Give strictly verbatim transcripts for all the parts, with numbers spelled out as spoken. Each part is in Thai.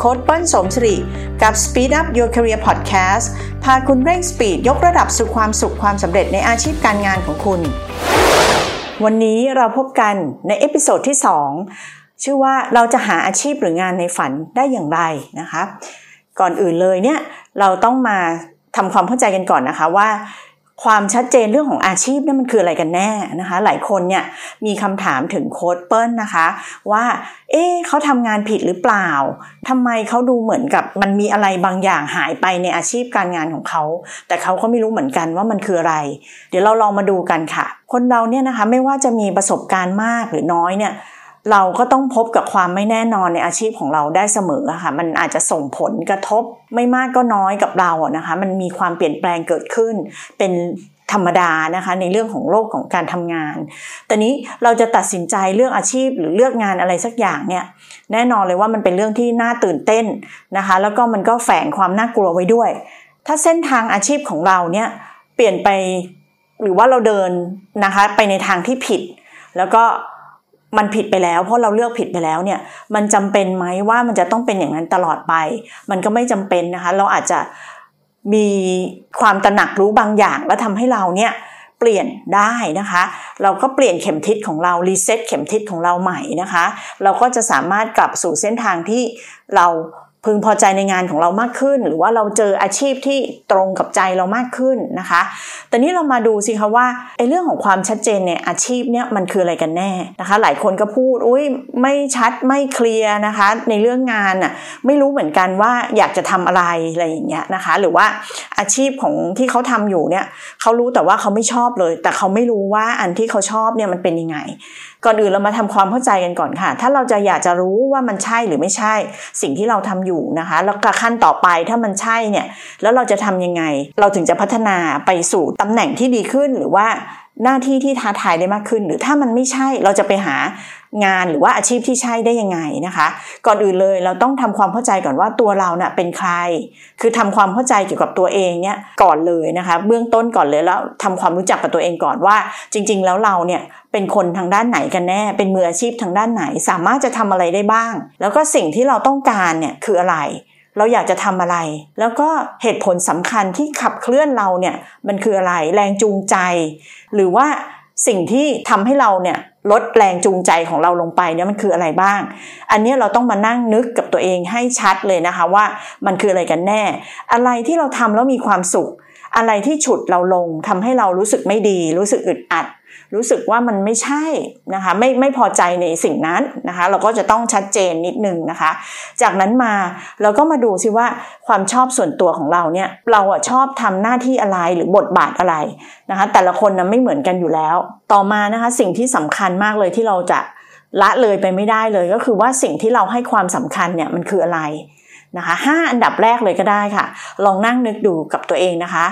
ค้ชเปิ้ลสมศิริกับ Speed Up Your Career Podcast พาคุณเร่งสปีดยกระดับสู่ความสุขความสำเร็จในอาชีพการงานของคุณวันนี้เราพบกันในเอพิโซดที่สองชื่อว่าเราจะหาอาชีพหรืองานในฝันได้อย่างไรนะคะก่อนอื่นเลยเนี่ยเราต้องมาทำความเข้าใจกันก่อนนะคะว่าความชัดเจนเรื่องของอาชีพเนี่ยมันคืออะไรกันแน่นะคะหลายคนเนี่ยมีคำถามถึงโค้ชเปิ้ลนะคะว่าเอ๊ะเขาทำงานผิดหรือเปล่าทำไมเขาดูเหมือนกับมันมีอะไรบางอย่างหายไปในอาชีพการงานของเขาแต่เขาก็ไม่รู้เหมือนกันว่ามันคืออะไรเดี๋ยวเราลองมาดูกันค่ะคนเราเนี่ยนะคะไม่ว่าจะมีประสบการณ์มากหรือน้อยเนี่ยเราก็ต้องพบกับความไม่แน่นอนในอาชีพของเราได้เสมอค่ะมันอาจจะส่งผลกระทบไม่มากก็น้อยกับเราอะนะคะมันมีความเปลี่ยนแปลงเกิดขึ้นเป็นธรรมดานะคะในเรื่องของโลกของการทำงานแต่นี้เราจะตัดสินใจเลือกอาชีพหรือเลือกงานอะไรสักอย่างเนี่ยแน่นอนเลยว่ามันเป็นเรื่องที่น่าตื่นเต้นนะคะแล้วก็มันก็แฝงความน่ากลัวไว้ด้วยถ้าเส้นทางอาชีพของเราเนี่ยเปลี่ยนไปหรือว่าเราเดินนะคะไปในทางที่ผิดแล้วก็มันผิดไปแล้วเพราะเราเลือกผิดไปแล้วเนี่ยมันจำเป็นไหมว่ามันจะต้องเป็นอย่างนั้นตลอดไปมันก็ไม่จำเป็นนะคะเราอาจจะมีความตระหนักรู้บางอย่างแล้วทำให้เราเนี่ยเปลี่ยนได้นะคะเราก็เปลี่ยนเข็มทิศของเรารีเซ็ตเข็มทิศของเราใหม่นะคะเราก็จะสามารถกลับสู่เส้นทางที่เราพึงพอใจในงานของเรามากขึ้นหรือว่าเราเจออาชีพที่ตรงกับใจเรามากขึ้นนะคะแต่นี้เรามาดูสิคะว่าไอ้เรื่องของความชัดเจนในอาชีพเนี่ยมันคืออะไรกันแน่นะคะหลายคนก็พูดอุ้ยไม่ชัดไม่เคลียร์นะคะในเรื่องงานน่ะไม่รู้เหมือนกันว่าอยากจะทำอะไรอะไรอย่างเงี้ยนะคะหรือว่าอาชีพของที่เขาทำอยู่เนี่ยเขารู้แต่ว่าเขาไม่ชอบเลยแต่เขาไม่รู้ว่าอันที่เขาชอบเนี่ยมันเป็นยังไงก่อนอื่นเรามาทำความเข้าใจกันก่อนค่ะถ้าเราจะอยากจะรู้ว่ามันใช่หรือไม่ใช่สิ่งที่เราทำอยู่นะคะแล้วก็ขั้นต่อไปถ้ามันใช่เนี่ยแล้วเราจะทำยังไงเราถึงจะพัฒนาไปสู่ตำแหน่งที่ดีขึ้นหรือว่าหน้าที่ที่ท้าทายได้มากขึ้นหรือถ้ามันไม่ใช่เราจะไปหางานหรือว่าอาชีพที่ใช่ได้ยังไงนะคะก่อนอื่นเลยเราต้องทำความเข้าใจก่อนว่าตัวเราเนี่ยเป็นใครคือทำความเข้าใจเกี่ยวกับตัวเองเนี่ยก่อนเลยนะคะเบื้องต้นก่อนเลยแล้วทำความรู้จักกับตัวเองก่อนว่าจริงๆแล้วเราเนี่ยเป็นคนทางด้านไหนกันแน่เป็นมืออาชีพทางด้านไหนสามารถจะทำอะไรได้บ้างแล้วก็สิ่งที่เราต้องการเนี่ยคืออะไรเราอยากจะทำอะไรแล้วก็เหตุผลสำคัญที่ขับเคลื่อนเราเนี่ยมันคืออะไรแรงจูงใจหรือว่าสิ่งที่ทำให้เราเนี่ยลดแรงจูงใจของเราลงไปเนี่ยมันคืออะไรบ้างอันนี้เราต้องมานั่งนึกกับตัวเองให้ชัดเลยนะคะว่ามันคืออะไรกันแน่อะไรที่เราทำแล้วมีความสุขอะไรที่ฉุดเราลงทำให้เรารู้สึกไม่ดีรู้สึกอึดอัดรู้สึกว่ามันไม่ใช่นะคะไม่ไม่พอใจในสิ่งนั้นนะคะเราก็จะต้องชัดเจนนิดนึงนะคะจากนั้นมาเราก็มาดูซิว่าความชอบส่วนตัวของเราเนี่ยเราอ่ะชอบทำหน้าที่อะไรหรือบทบาทอะไรนะคะแต่ละคนนะไม่เหมือนกันอยู่แล้วต่อมานะคะสิ่งที่สำคัญมากเลยที่เราจะละเลยไปไม่ได้เลยก็คือว่าสิ่งที่เราให้ความสำคัญเนี่ยมันคืออะไรนะคะห้าอันดับแรกเลยก็ได้ค่ะลองนั่งนึกดูกับตัวเองนะคะ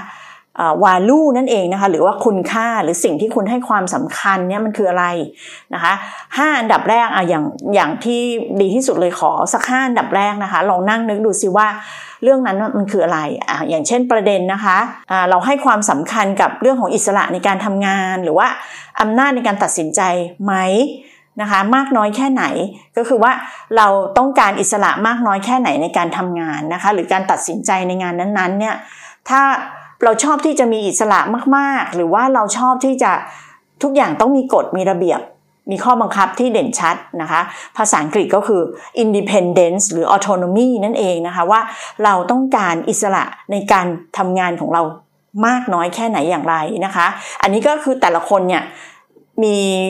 value นั่นเองนะคะหรือว่าคุณค่าหรือสิ่งที่คุณให้ความสำคัญเนี่ยมันคืออะไรนะคะห้าอันดับแรกอ่ะอย่างอย่างที่ดีที่สุดเลยขอสักห้าอันดับแรกนะคะลองนั่งนึกดูซิว่าเรื่องนั้นมันคืออะไรอ่ะอย่างเช่นประเด็นนะคะอ่าเราให้ความสำคัญกับเรื่องของอิสระในการทำงานหรือว่าอำนาจในการตัดสินใจไหมนะคะมากน้อยแค่ไหนก็คือว่าเราต้องการอิสระมากน้อยแค่ไหนในการทำงานนะคะหรือการตัดสินใจในงานนั้นๆเนี่ยถ้าเราชอบที่จะมีอิสระมากๆหรือว่าเราชอบที่จะทุกอย่างต้องมีกฎมีระเบียบมีข้อบังคับที่เด่นชัดนะคะภาษาอังกฤษก็คือ independence หรือ autonomy นั่นเองนะคะว่าเราต้องการอิสระในการทำงานของเรามากน้อยแค่ไหนอย่างไรนะคะอันนี้ก็คือแต่ละคนเนี่ยมี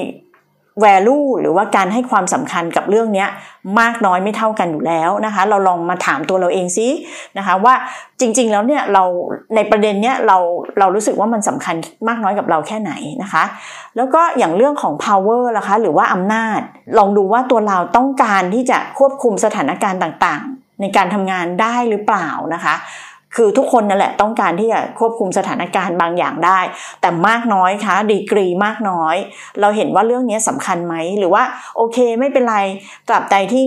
value หรือว่าการให้ความสำคัญกับเรื่องนี้มากน้อยไม่เท่ากันอยู่แล้วนะคะเราลองมาถามตัวเราเองซินะคะว่าจริงๆแล้วเนี่ยเราในประเด็นเนี้ยเราเรารู้สึกว่ามันสำคัญมากน้อยกับเราแค่ไหนนะคะแล้วก็อย่างเรื่องของ power ล่ะคะหรือว่าอำนาจลองดูว่าตัวเราต้องการที่จะควบคุมสถานการณ์ต่างๆในการทำงานได้หรือเปล่านะคะคือทุกคนนั่นแหละต้องการที่จะควบคุมสถานการณ์บางอย่างได้แต่มากน้อยคะดีกรีมากน้อยเราเห็นว่าเรื่องนี้สำคัญไหมหรือว่าโอเคไม่เป็นไรตราบใดที่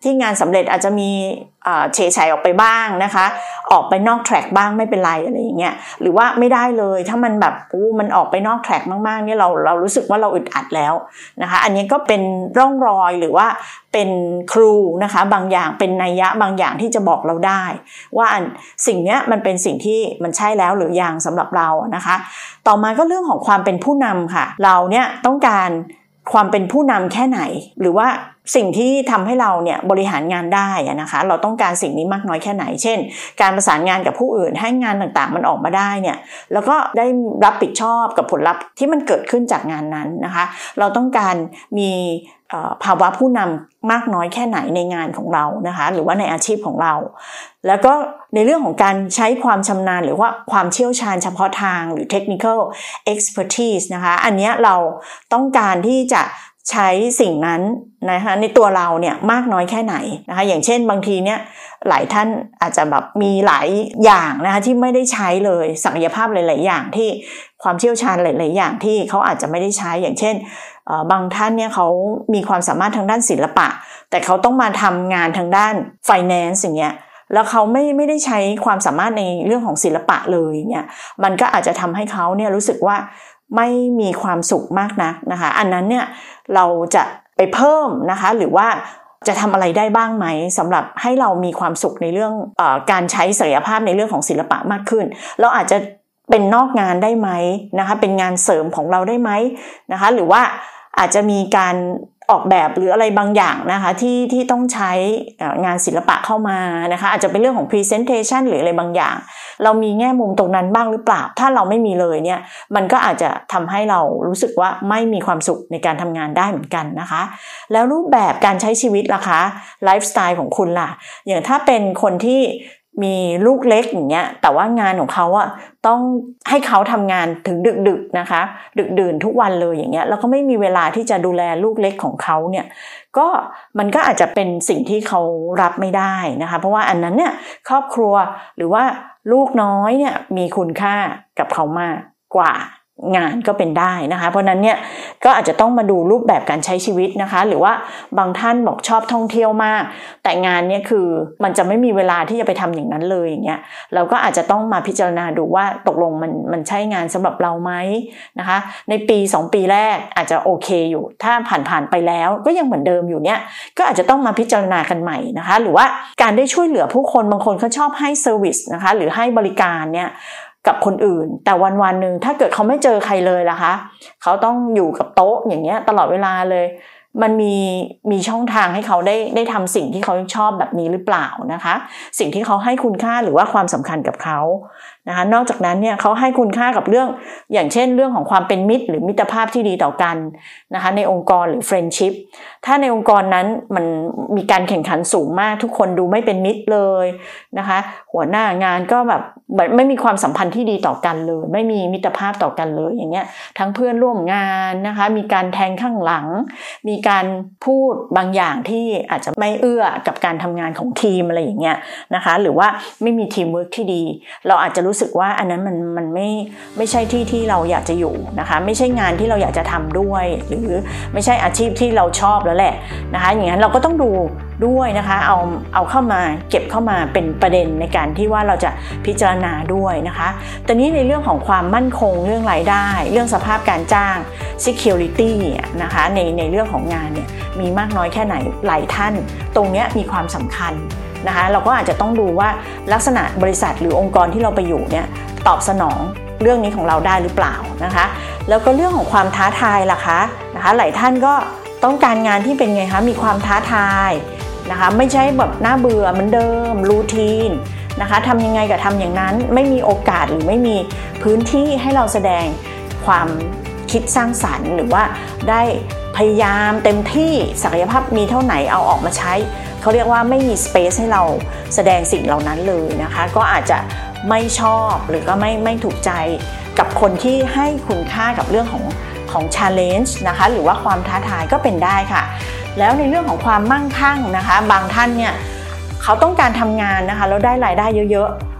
ที่งานสำเร็จอาจจะมีเฉยๆออกไปบ้างนะคะออกไปนอกแทร็กบ้างไม่เป็นไรอะไรอย่างเงี้ยหรือว่าไม่ได้เลยถ้ามันแบบอู้มันออกไปนอกแทร็กมากๆเนี่ยเราเรารู้สึกว่าเราอึดอัดแล้วนะคะอันนี้ก็เป็นร่องรอยหรือว่าเป็นครูนะคะบางอย่างเป็นนัยยะบางอย่างที่จะบอกเราได้ว่าสิ่งเนี้ยมันเป็นสิ่งที่มันใช่แล้วหรือยังสำหรับเรานะคะต่อมาก็เรื่องของความเป็นผู้นำค่ะเราเนี่ยต้องการความเป็นผู้นำแค่ไหนหรือว่าสิ่งที่ทำให้เราเนี่ยบริหารงานได้นะคะเราต้องการสิ่งนี้มากน้อยแค่ไหนเช่นการประสานงานกับผู้อื่นให้งานต่างๆมันออกมาได้เนี่ยแล้วก็ได้รับผิดชอบกับผลลัพธ์ที่มันเกิดขึ้นจากงานนั้นนะคะเราต้องการมีภาวะผู้นำมากน้อยแค่ไหนในงานของเรานะคะหรือว่าในอาชีพของเราแล้วก็ในเรื่องของการใช้ความชำนาญหรือว่าความเชี่ยวชาญเฉพาะทางหรือ technical expertise นะคะอันนี้เราต้องการที่จะใช้สิ่งนั้นนะคะในตัวเราเนี่ยมากน้อยแค่ไหนนะคะอย่างเช่นบางทีเนี่ยหลายท่านอาจจะแบบมีหลายอย่างนะคะที่ไม่ได้ใช้เลยศักยภาพหลายๆอย่างที่ความเชี่ยวชาญหลายๆอย่างที่เขาอาจจะไม่ได้ใช้อย่างเช่นบางท่านเนี่ยเขามีความสามารถทางด้านศิลปะแต่เขาต้องมาทำงานทางด้าน finance อย่างเงี้ยแล้วเขาไม่ไม่ได้ใช้ความสามารถในเรื่องของศิลปะเลยเนี่ยมันก็อาจจะทำให้เขาเนี่ยรู้สึกว่าไม่มีความสุขมากนักนะคะอันนั้นเนี่ยเราจะไปเพิ่มนะคะหรือว่าจะทำอะไรได้บ้างไหมสำหรับให้เรามีความสุขในเรื่องเอ่อการใช้ศักยภาพในเรื่องของศิลปะมากขึ้นเราอาจจะเป็นนอกงานได้ไหมนะคะเป็นงานเสริมของเราได้ไหมนะคะหรือว่าอาจจะมีการออกแบบหรืออะไรบางอย่างนะคะที่ที่ต้องใช้งานศิลปะเข้ามานะคะอาจจะเป็นเรื่องของ presentation หรืออะไรบางอย่างเรามีแง่มุมตรงนั้นบ้างหรือเปล่าถ้าเราไม่มีเลยเนี่ยมันก็อาจจะทำให้เรารู้สึกว่าไม่มีความสุขในการทำงานได้เหมือนกันนะคะแล้วรูปแบบการใช้ชีวิตล่ะคะไลฟ์สไตล์ของคุณล่ะอย่างถ้าเป็นคนที่มีลูกเล็กอย่างเงี้ยแต่ว่างานของเขาอะต้องให้เขาทำงานถึงดึกๆนะคะดึกดื่นทุกวันเลยอย่างเงี้ยแล้วก็ไม่มีเวลาที่จะดูแลลูกเล็กของเขาเนี่ยก็มันก็อาจจะเป็นสิ่งที่เขารับไม่ได้นะคะเพราะว่าอันนั้นเนี่ยครอบครัวหรือว่าลูกน้อยเนี่ยมีคุณค่ากับเขามากกว่างานก็เป็นได้นะคะเพราะนั้นเนี่ยก็อาจจะต้องมาดูรูปแบบการใช้ชีวิตนะคะหรือว่าบางท่านบอกชอบท่องเที่ยวมากแต่งานเนี่ยคือมันจะไม่มีเวลาที่จะไปทำอย่างนั้นเลยอย่างเงี้ยเราก็อาจจะต้องมาพิจารณาดูว่าตกลงมันมันใช่งานสำหรับเราไหมนะคะในปีสองปีแรกอาจจะโอเคอยู่ถ้าผ่านๆไปแล้วก็ยังเหมือนเดิมอยู่เนี่ยก็อาจจะต้องมาพิจารณากันใหม่นะคะหรือว่าการได้ช่วยเหลือผู้คนบางคนเขาชอบให้เซอร์วิสนะคะหรือให้บริการเนี่ยกับคนอื่นแต่วันวันหนึ่งถ้าเกิดเขาไม่เจอใครเลยล่ะคะเขาต้องอยู่กับโต๊ะอย่างเงี้ยตลอดเวลาเลยมันมีมีช่องทางให้เขาได้ได้ทำสิ่งที่เขาชอบแบบนี้หรือเปล่านะคะสิ่งที่เขาให้คุณค่าหรือว่าความสำคัญกับเขานะคะนอกจากนั้นเนี่ยเขาให้คุณค่ากับเรื่องอย่างเช่นเรื่องของความเป็นมิตรหรือมิตรภาพที่ดีต่อกันนะคะในองค์กรหรือ friendship ถ้าในองค์กรนั้นมันมีการแข่งขันสูงมากทุกคนดูไม่เป็นมิตรเลยนะคะหัวหน้างานก็แบบไม่มีความสัมพันธ์ที่ดีต่อกันเลยไม่มีมิตรภาพต่อกันเลยอย่างเงี้ยทั้งเพื่อนร่วมงานนะคะมีการแทงข้างหลังมีการพูดบางอย่างที่อาจจะไม่เอื้อกับการทำงานของทีมอะไรอย่างเงี้ยนะคะหรือว่าไม่มีทีมเวิร์คที่ดีเราอาจจะรู้สึกว่าอันนั้นมันมันไม่ไม่ใช่ที่ที่เราอยากจะอยู่นะคะไม่ใช่งานที่เราอยากจะทำด้วยหรือไม่ใช่อาชีพที่เราชอบแล้วแหละนะคะอย่างนั้นเราก็ต้องดูด้วยนะคะเอาเอาเข้ามาเก็บเข้ามาเป็นประเด็นในการที่ว่าเราจะพิจารณาด้วยนะคะแต่นี้ในเรื่องของความมั่นคงเรื่องรายได้เรื่องสภาพการจ้าง security นะคะในในเรื่องของงานเนี่ยมีมากน้อยแค่ไหนหลายท่านตรงนี้มีความสำคัญนะคะเราก็อาจจะต้องดูว่าลักษณะบริษัทหรือองค์กรที่เราไปอยู่เนี่ยตอบสนองเรื่องนี้ของเราได้หรือเปล่านะคะแล้วก็เรื่องของความท้าทายล่ะคะนะคะหลายท่านก็ต้องการงานที่เป็นไงคะมีความท้าทายนะคะไม่ใช่แบบน่าเบื่อเหมือนเดิมรูทีนนะคะทำยังไงกับทำอย่างนั้นไม่มีโอกาสหรือไม่มีพื้นที่ให้เราแสดงความคิดสร้างสรรค์หรือว่าได้พยายามเต็มที่ศักยภาพมีเท่าไหนเอาออกมาใช้เขาเรียกว่าไม่มีสเปซให้เราแสดงสิ่งเหล่านั้นเลยนะคะก็อาจจะไม่ชอบหรือก็ไม่ไม่ถูกใจกับคนที่ให้คุณค่ากับเรื่องของของ challenge นะคะหรือว่าความท้าทายก็เป็นได้ค่ะแล้วในเรื่องของความมั่งคั่งนะคะบางท่านเนี่ยเขาต้องการทำงานนะคะแล้วได้รายได้เยอะ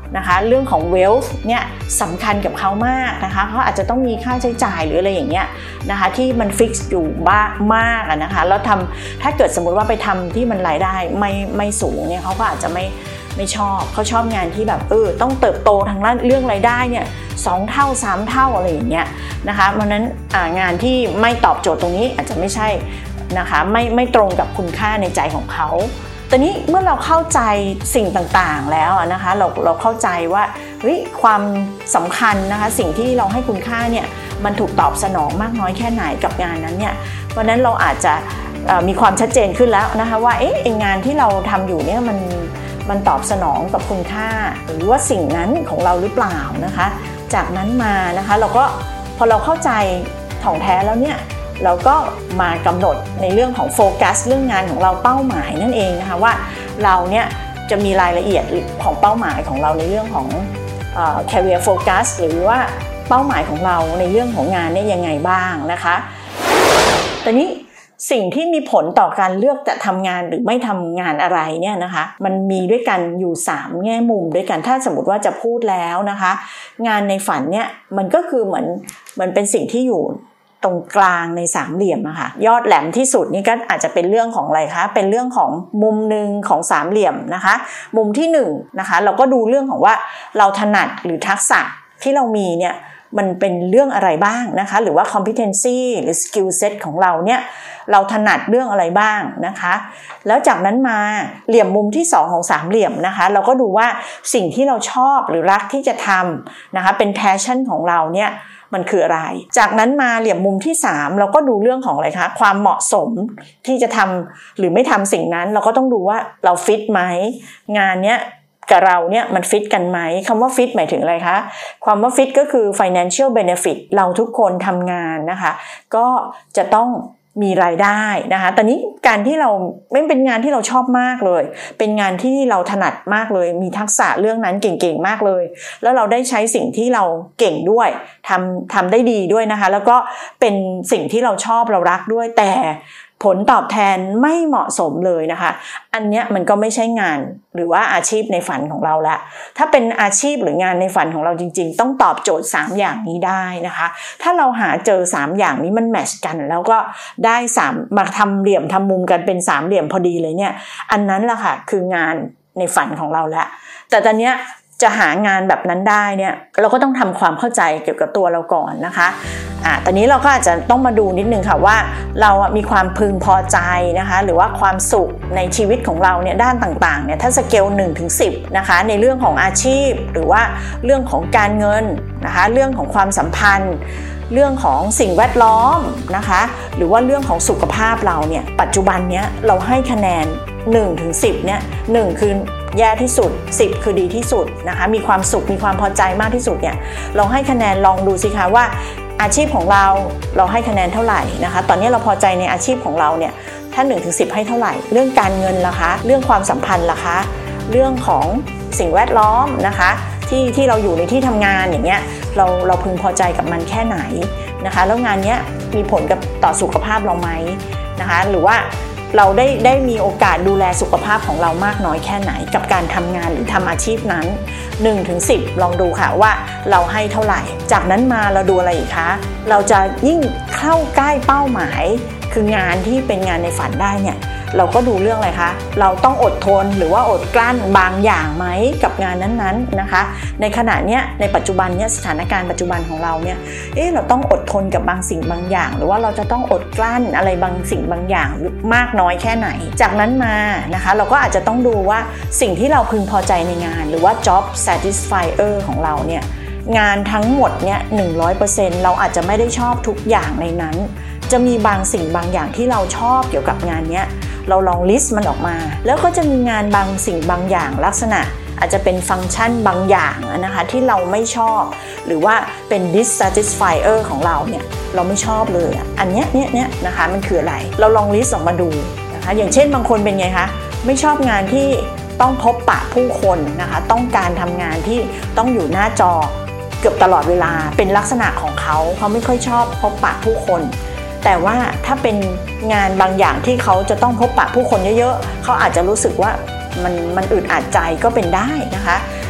นะคะเรื่องของ wealth เนี่ยสำคัญกับเขามากนะคะเขาอาจจะต้องมีค่าใช้จ่ายหรืออะไรอย่างเงี้ยนะคะที่มันฟิกซ์อยู่บ้างมากนะคะแล้วทำถ้าเกิดสมมุติว่าไปทำที่มันรายได้ไม่ไม่สูงเนี่ยเขาก็อาจจะไม่ไม่ชอบเขาชอบงานที่แบบเออต้องเติบโตทางด้านเรื่องรายได้เนี่ยสองเท่าสามเท่าอะไรอย่างเงี้ยนะคะเพราะนั้นงานที่ไม่ตอบโจทย์ตรงนี้อาจจะไม่ใช่นะคะไม่ไม่ตรงกับคุณค่าในใจของเขาตอนนี้เมื่อเราเข้าใจสิ่งต่างๆแล้วนะคะเราเราเข้าใจว่าเฮ้ยความสำคัญนะคะสิ่งที่เราให้คุณค่าเนี่ยมันถูกตอบสนองมากน้อยแค่ไหนกับงานนั้นเนี่ยเพราะนั้นเราอาจจะมีความชัดเจนขึ้นแล้วนะคะว่าเอ๊ะงานที่เราทำอยู่เนี่ยมันมันตอบสนองกับคุณค่าหรือว่าสิ่งนั้นของเราหรือเปล่านะคะจากนั้นมานะคะเราก็พอเราเข้าใจถ่องแท้แล้วเนี่ยเราก็มากำหนดในเรื่องของโฟกัสเรื่องงานของเราเป้าหมายนั่นเองนะคะว่าเราเนี่ยจะมีรายละเอียดของเป้าหมายของเราในเรื่องของเอ่อ career focus หรือว่าเป้าหมายของเราในเรื่องของงานเนี่ยยังไงบ้างนะคะตอนนี้สิ่งที่มีผลต่อการเลือกจะทำงานหรือไม่ทำงานอะไรเนี่ยนะคะมันมีด้วยกันอยู่สามแง่มุมด้วยกันถ้าสมมติว่าจะพูดแล้วนะคะงานในฝันเนี่ยมันก็คือเหมือนมันเป็นสิ่งที่อยู่ตรงกลางในสามเหลี่ยมอะค่ะยอดแหลมที่สุดนี่ก็อาจจะเป็นเรื่องของอะไรคะเป็นเรื่องของมุมนึงของสามเหลี่ยมนะคะมุมที่หนึ่งนะคะเราก็ดูเรื่องของว่าเราถนัดหรือทักษะที่เรามีเนี่ยมันเป็นเรื่องอะไรบ้างนะคะหรือว่า competency หรือ skill set ของเราเนี่ยเราถนัดเรื่องอะไรบ้างนะคะแล้วจากนั้นมาเหลี่ยมมุมที่สองของสามเหลี่ยมนะคะเราก็ดูว่าสิ่งที่เราชอบหรือรักที่จะทำนะคะเป็น passion ของเราเนี่ยมันคืออะไรจากนั้นมาเหลี่ยมมุมที่สามเราก็ดูเรื่องของอะไรคะความเหมาะสมที่จะทำหรือไม่ทำสิ่งนั้นเราก็ต้องดูว่าเราฟิตไหมงานเนี้ยกับเราเนี่ยมันฟิตกันไหมคำว่าฟิตหมายถึงอะไรคะความว่าฟิตก็คือ financial benefit เราทุกคนทำงานนะคะก็จะต้องมีรายได้นะคะตอนนี้การที่เราไม่เป็นงานที่เราชอบมากเลยเป็นงานที่เราถนัดมากเลยมีทักษะเรื่องนั้นเก่งๆมากเลยแล้วเราได้ใช้สิ่งที่เราเก่งด้วยทำทำได้ดีด้วยนะคะแล้วก็เป็นสิ่งที่เราชอบเรารักด้วยแต่ผลตอบแทนไม่เหมาะสมเลยนะคะอันเนี้ยมันก็ไม่ใช่งานหรือว่าอาชีพในฝันของเราละถ้าเป็นอาชีพหรืองานในฝันของเราจริงๆต้องตอบโจทย์สามอย่างนี้ได้นะคะถ้าเราหาเจอสามอย่างนี้มันแมทช์กันแล้วก็ได้สามมาทำเหลี่ยมทำมุมกันเป็นสามเหลี่ยมพอดีเลยเนี่ยอันนั้นแหละค่ะคืองานในฝันของเราละแต่ตอนเนี้ยจะหางานแบบนั้นได้เนี่ยเราก็ต้องทำความเข้าใจเกี่ยวกับตัวเราก่อนนะคะอ่าตอนนี้เราก็อาจจะต้องมาดูนิดนึงค่ะว่าเรามีความพึงพอใจนะคะหรือว่าความสุขในชีวิตของเราเนี่ยด้านต่างๆเนี่ยถ้าสเกลหนึ่งถึงสิบนะคะในเรื่องของอาชีพหรือว่าเรื่องของการเงินนะคะเรื่องของความสัมพันธ์เรื่องของสิ่งแวดล้อมนะคะหรือว่าเรื่องของสุขภาพเราเนี่ยปัจจุบันเนี้ยเราให้คะแนนหนึ่งถึงสิบเนี่ยหนึ่งคือแย่ที่สุดสิบคือดีที่สุดนะคะมีความสุขมีความพอใจมากที่สุดเนี่ยลองให้คะแนนลองดูสิคะว่าอาชีพของเราเราให้คะแนนเท่าไหร่นะคะตอนนี้เราพอใจในอาชีพของเราเนี่ยถ้าหนึ่งถึงสิบให้เท่าไหร่เรื่องการเงินล่ะคะเรื่องความสัมพันธ์ล่ะคะเรื่องของสิ่งแวดล้อมนะคะที่ที่เราอยู่ในที่ทำงานอย่างเงี้ยเราเราพึงพอใจกับมันแค่ไหนนะคะแล้วงานเนี้ยมีผลกับต่อสุขภาพเราไหมนะคะหรือว่าเราได้ได้มีโอกาสดูแลสุขภาพของเรามากน้อยแค่ไหนกับการทำงานหรือทำอาชีพนั้นหนึ่งถึงสิบลองดูค่ะว่าเราให้เท่าไหร่จากนั้นมาเราดูอะไรอีกคะเราจะยิ่งเข้าใกล้เป้าหมายคืองานที่เป็นงานในฝันได้เนี่ยเราก็ดูเรื่องอะไรคะเราต้องอดทนหรือว่าอดกลั้นบางอย่างไหมกับงานนั้นๆนะคะในขณะเนี้ยในปัจจุบันเนี้ยสถานการณ์ปัจจุบันของเราเนี่ยเอ๊ะเราต้องอดทนกับบางสิ่งบางอย่างหรือว่าเราจะต้องอดกลั้นอะไรบางสิ่งบางอย่างมากน้อยแค่ไหนจากนั้นมานะคะเราก็อาจจะต้องดูว่าสิ่งที่เราพึงพอใจในงานหรือว่า job satisfier ของเราเนี่ยงานทั้งหมดเนี่ย หนึ่งร้อยเปอร์เซ็นต์ เราอาจจะไม่ได้ชอบทุกอย่างในนั้นจะมีบางสิ่งบางอย่างที่เราชอบเกี่ยวกับงานเนี้ยเราลองลิสต์มันออกมาแล้วก็จะมีงานบางสิ่งบางอย่างลักษณะอาจจะเป็นฟังก์ชันบางอย่างนะคะที่เราไม่ชอบหรือว่าเป็น dissatisfier ของเราเนี่ยเราไม่ชอบเลยอันเนี้ยเนี้ยเนี้ยนะคะมันคืออะไรเราลองลิสต์ออกมาดูนะคะอย่างเช่นบางคนเป็นไงคะไม่ชอบงานที่ต้องพบปะผู้คนนะคะต้องการทำงานที่ต้องอยู่หน้าจอเกือบตลอดเวลาเป็นลักษณะของเขาเขาไม่ค่อยชอบพบปะผู้คนแต่ว่าถ้าเป็นงานบางอย่างที่เขาจะต้องพบปะผู้คนเยอะๆเขาอาจจะรู้สึกว่ามันมันอึดอัดใจก็เป็นได้นะคะ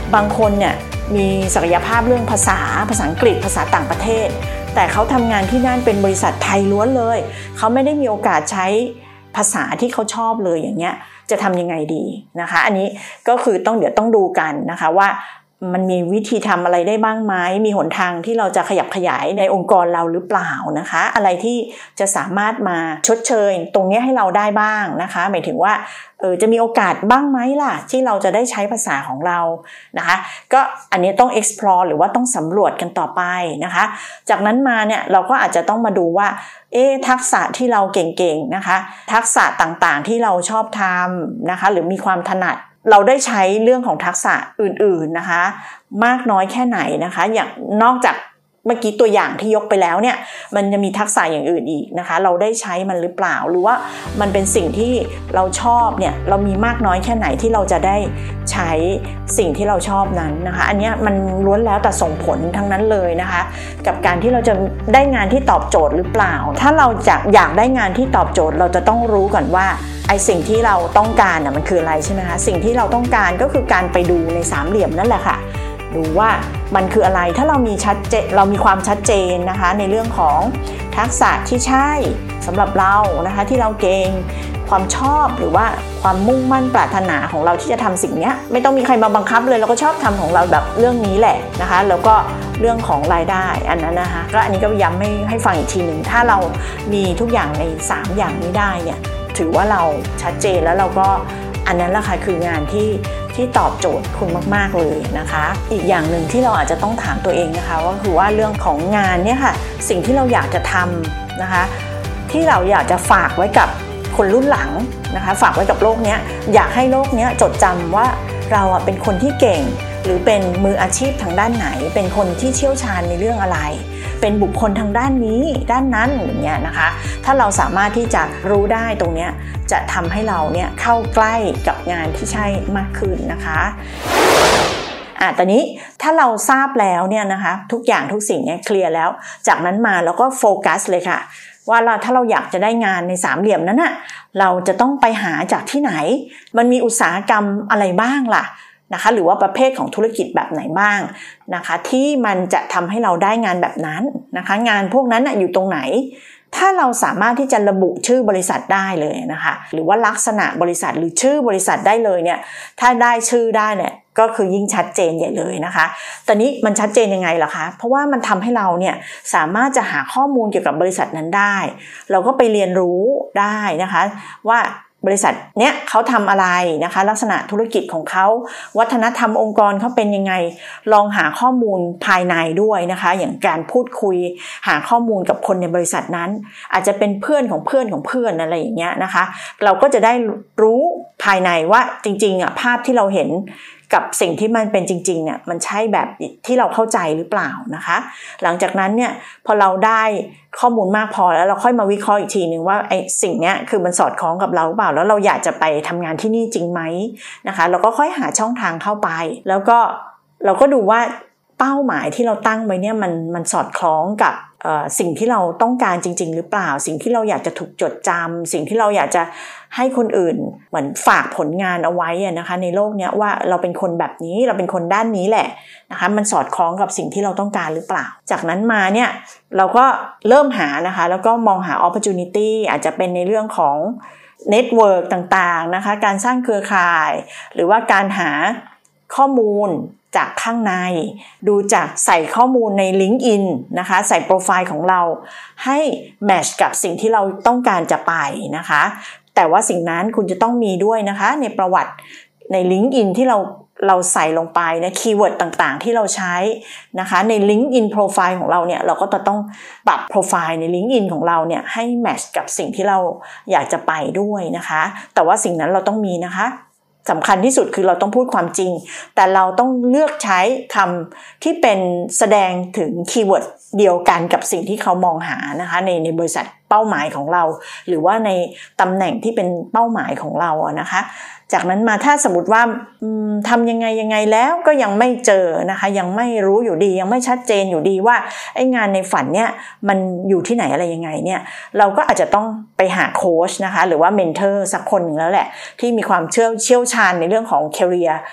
บางคนเนี่ยมีศักยภาพเรื่องภาษาภาษาอังกฤษภาษาต่างประเทศแต่เขาทำงานที่นั่นเป็นบริษัทไทยล้วนเลยเขาไม่ได้มีโอกาสใช้ภาษาที่เขาชอบเลยอย่างเงี้ยจะทำยังไงดีนะคะอันนี้ก็คือต้องเดี๋ยวต้องดูกันนะคะว่ามันมีวิธีทำอะไรได้บ้างไหมมีหนทางที่เราจะขยับขยายในองค์กรเราหรือเปล่านะคะอะไรที่จะสามารถมาชดเชยตรงนี้ให้เราได้บ้างนะคะหมายถึงว่าเออจะมีโอกาสบ้างไหมล่ะที่เราจะได้ใช้ภาษาของเรานะคะก็อันนี้ต้อง explore หรือว่าต้องสำรวจกันต่อไปนะคะจากนั้นมาเนี่ยเราก็อาจจะต้องมาดูว่าเอ๊ะทักษะที่เราเก่งๆนะคะทักษะต่างๆที่เราชอบทำนะคะหรือมีความถนัดเราได้ใช้เรื่องของทักษะอื่นๆนะคะมากน้อยแค่ไหนนะคะอย่างนอกจากเมื่อกี้ตัวอย่างที่ยกไปแล้วเนี่ยมันจะมีทักษะอย่างอื่นอีกนะคะเราได้ใช้มันหรือเปล่าหรือว่ามันเป็นสิ่งที่เราชอบเนี่ยเรามีมากน้อยแค่ไหนที่เราจะได้ใช้สิ่งที่เราชอบนั้นนะคะอันนี้มันล้วนแล้วแต่ส่งผลทั้งนั้นเลยนะคะกับการที่เราจะได้งานที่ตอบโจทย์หรือเปล่าถ้าเราจะอยากได้งานที่ตอบโจทย์เราจะต้องรู้ก่อนว่าไอ้สิ่งที่เราต้องการน่ะมันคืออะไรใช่ไหมคะสิ่งที่เราต้องการก็คือการไปดูในสามเหลี่ยมนั่นแหละค่ะดูว่ามันคืออะไรถ้าเรามีชัดเจนเรามีความชัดเจนนะคะในเรื่องของทักษะที่ใช่สำหรับเรานะคะที่เราเก่งความชอบหรือว่าความมุ่งมั่นปรารถนาของเราที่จะทำสิ่งนี้ไม่ต้องมีใครมาบังคับเลยเราก็ชอบทำของเราแบบเรื่องนี้แหละนะคะแล้วก็เรื่องของรายได้อันนั้นนะคะก็อันนี้ก็ย้ำให้ให้ฟังอีกทีหนึ่งถ้าเรามีทุกอย่างในสามอย่างนี้ได้เนี่ยถือว่าเราชัดเจนแล้วเราก็อันนั้นแหละค่ะคืองานที่ที่ตอบโจทย์คุณมากๆเลยนะคะอีกอย่างหนึ่งที่เราอาจจะต้องถามตัวเองนะคะก็คือว่าเรื่องของงานเนี่ยค่ะสิ่งที่เราอยากจะทำนะคะที่เราอยากจะฝากไว้กับคนรุ่นหลังนะคะฝากไว้กับโลกนี้อยากให้โลกนี้จดจำว่าเราเป็นคนที่เก่งหรือเป็นมืออาชีพทางด้านไหนเป็นคนที่เชี่ยวชาญในเรื่องอะไรเป็นบุคคลทางด้านนี้ด้านนั้นอย่างเงี้ยนะคะถ้าเราสามารถที่จะรู้ได้ตรงเนี้ยจะทำให้เราเนี่ยเข้าใกล้กับงานที่ใช่มากขึ้นนะคะอ่ะตอนนี้ถ้าเราทราบแล้วเนี่ยนะคะทุกอย่างทุกสิ่งเนี่ยเคลียร์แล้วจากนั้นมาเราก็โฟกัสเลยค่ะว่าเราถ้าเราอยากจะได้งานในสามเหลี่ยมนั้นน่ะเราจะต้องไปหาจากที่ไหนมันมีอุตสาหกรรมอะไรบ้างล่ะนะคะหรือว่าประเภทของธุรกิจแบบไหนบ้างนะคะที่มันจะทำให้เราได้งานแบบนั้นนะคะงานพวกนั้นน่ะอยู่ตรงไหนถ้าเราสามารถที่จะระบุชื่อบริษัทได้เลยนะคะหรือว่าลักษณะบริษัทหรือชื่อบริษัทได้เลยเนี่ยถ้าได้ชื่อได้เนี่ยก็คือยิ่งชัดเจนใหญ่เลยนะคะตอนนี้มันชัดเจนยังไงล่ะคะเพราะว่ามันทำให้เราเนี่ยสามารถจะหาข้อมูลเกี่ยวกับบริษัทนั้นได้เราก็ไปเรียนรู้ได้นะคะว่าบริษัทเนี้ยเขาทำอะไรนะคะลักษณะธุรกิจของเขาวัฒนธรรมองค์กรเขาเป็นยังไงลองหาข้อมูลภายในด้วยนะคะอย่างการพูดคุยหาข้อมูลกับคนในบริษัทนั้นอาจจะเป็นเพื่อนของเพื่อนของเพื่อนอะไรอย่างเงี้ยนะคะเราก็จะได้รู้ภายในว่าจริงๆอ่ะภาพที่เราเห็นกับสิ่งที่มันเป็นจริงๆเนี่ยมันใช่แบบที่เราเข้าใจหรือเปล่านะคะหลังจากนั้นเนี่ยพอเราได้ข้อมูลมากพอแล้วเราค่อยมาวิเคราะห์อีกทีนึงว่าไอ้สิ่งเนี้ยคือมันสอดคล้องกับเราหรือเปล่าแล้วเราอยากจะไปทำงานที่นี่จริงไหมนะคะเราก็ค่อยหาช่องทางเข้าไปแล้วก็เราก็ดูว่าเป้าหมายที่เราตั้งไว้เนี่ยมันมันสอดคล้องกับสิ่งที่เราต้องการจริงๆหรือเปล่าสิ่งที่เราอยากจะถูกจดจำสิ่งที่เราอยากจะให้คนอื่นเหมือนฝากผลงานเอาไว้นะคะในโลกนี้ว่าเราเป็นคนแบบนี้เราเป็นคนด้านนี้แหละนะคะมันสอดคล้องกับสิ่งที่เราต้องการหรือเปล่าจากนั้นมาเนี่ยเราก็เริ่มหานะคะแล้วก็มองหา opportunity อาจจะเป็นในเรื่องของ network ต่างๆนะคะการสร้างเครือข่ายหรือว่าการหาข้อมูลจากข้างในดูจากใส่ข้อมูลใน LinkedIn นะคะใส่โปรไฟล์ของเราให้แมทช์กับสิ่งที่เราต้องการจะไปนะคะแต่ว่าสิ่งนั้นคุณจะต้องมีด้วยนะคะในประวัติใน LinkedIn ที่เราเราใส่ลงไปนะคีย์เวิร์ดต่างๆที่เราใช้นะคะใน LinkedIn โปรไฟล์ของเราเนี่ยเราก็จะต้องปรับโปรไฟล์ใน LinkedIn ของเราเนี่ยให้แมทช์กับสิ่งที่เราอยากจะไปด้วยนะคะแต่ว่าสิ่งนั้นเราต้องมีนะคะสำคัญที่สุดคือเราต้องพูดความจริงแต่เราต้องเลือกใช้คำที่เป็นแสดงถึงคีย์เวิร์ดเดียวกันกับสิ่งที่เขามองหานะคะในในบริษัทเป้าหมายของเราหรือว่าในตำแหน่งที่เป็นเป้าหมายของเราอะนะคะจากนั้นมาถ้าสมมติว่าทำยังไงยังไงแล้วก็ยังไม่เจอนะคะยังไม่รู้อยู่ดียังไม่ชัดเจนอยู่ดีว่าไอ้งานในฝันเนี่ยมันอยู่ที่ไหนอะไรยังไงเนี่ยเราก็อาจจะต้องไปหาโค้ชนะคะหรือว่าเมนเทอร์สักคนหนึ่งแล้วแหละที่มีความเชี่ยวเชี่ยวชาญในเรื่องของ career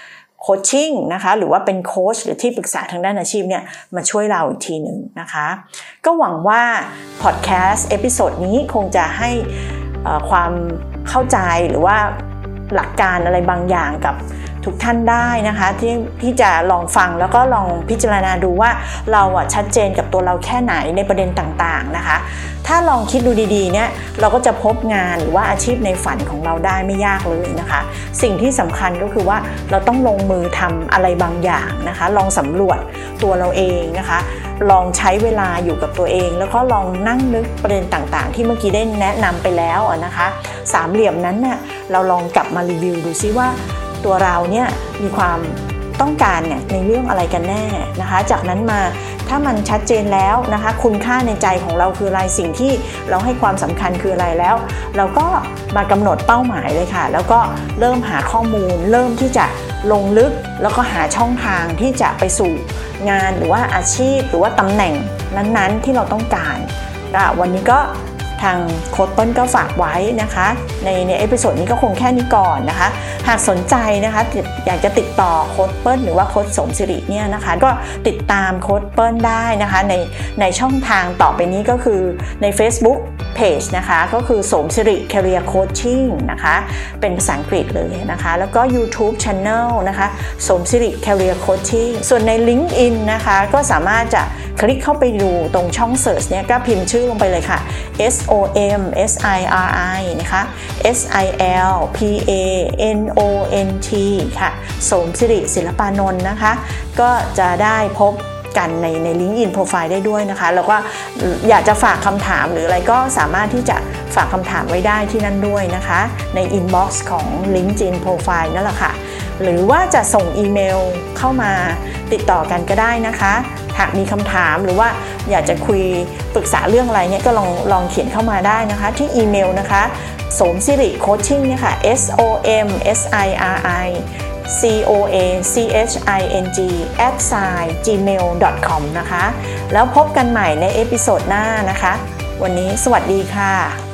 โคชชิ่งนะคะหรือว่าเป็นโค้ชหรือที่ปรึกษาทางด้านอาชีพเนี่ยมาช่วยเราอีกทีหนึ่งนะคะก็หวังว่าพอดแคสต์เอพิโซดนี้คงจะให้ความเข้าใจหรือว่าหลักการอะไรบางอย่างกับทุกท่านได้นะคะที่ที่จะลองฟังแล้วก็ลองพิจารณาดูว่าเราอ่ะชัดเจนกับตัวเราแค่ไหนในประเด็นต่างๆนะคะถ้าลองคิดดูดีๆเนี่ยเราก็จะพบงานหรือว่าอาชีพในฝันของเราได้ไม่ยากเลยนะคะสิ่งที่สำคัญก็คือว่าเราต้องลงมือทำอะไรบางอย่างนะคะลองสำรวจตัวเราเองนะคะลองใช้เวลาอยู่กับตัวเองแล้วก็ลองนั่งนึกประเด็นต่างๆที่เมื่อกี้ได้แนะนำไปแล้วนะคะสามเหลี่ยมนั้นเนี่ยเราลองกลับมารีวิวดูซิว่าตัวเราเนี่ยมีความต้องการเนี่ยในเรื่องอะไรกันแน่นะคะจากนั้นมาถ้ามันชัดเจนแล้วนะคะคุณค่าในใจของเราคืออะไรสิ่งที่เราให้ความสำคัญคืออะไรแล้วเราก็มากำหนดเป้าหมายเลยค่ะแล้วก็เริ่มหาข้อมูลเริ่มที่จะลงลึกแล้วก็หาช่องทางที่จะไปสู่งานหรือว่าอาชีพหรือว่าตำแหน่งนั้นๆที่เราต้องการวันนี้ก็ทางโค้ชเปิ้ลก็ฝากไว้นะคะในในเอพิโซดนี้ก็คงแค่นี้ก่อนนะคะหากสนใจนะคะอยากจะติดต่อโค้ชเปิ้ลหรือว่าโค้ชสมศิริเนี่ยนะคะก็ติดตามโค้ชเปิ้ลได้นะคะในในช่องทางต่อไปนี้ก็คือใน Facebook Page นะคะก็คือสมศิริ Career Coaching นะคะเป็นภาษาอังกฤษเลยนะคะแล้วก็ YouTube Channel นะคะสมศิริ Career Coaching ส่วนใน LinkedIn นะคะก็สามารถจะคลิกเข้าไปดูตรงช่อง Search เนี่ยก็พิมพ์ชื่อลงไปเลยค่ะ S O M S I R I นะคะ S I L P A N O N T ค่ะสมศิริศิลปานนท์นะคะก็จะได้พบกันในใน LinkedIn Profile ได้ด้วยนะคะแล้วก็อยากจะฝากคำถามหรืออะไรก็สามารถที่จะฝากคำถามไว้ได้ที่นั่นด้วยนะคะใน Inbox ของ LinkedIn Profile นั่นแหละค่ะหรือว่าจะส่งอีเมลเข้ามาติดต่อกันก็ได้นะคะหากมีคำถามหรือว่าอยากจะคุยปรึกษาเรื่องอะไรเนี่ยก็ลองลองเขียนเข้ามาได้นะคะที่อีเมลนะคะสมศิริ Coaching เนี่ยค่ะ S O M S I R I C O A C H I N G at gmail dot com นะคะแล้วพบกันใหม่ในเอพิโซดหน้านะคะวันนี้สวัสดีค่ะ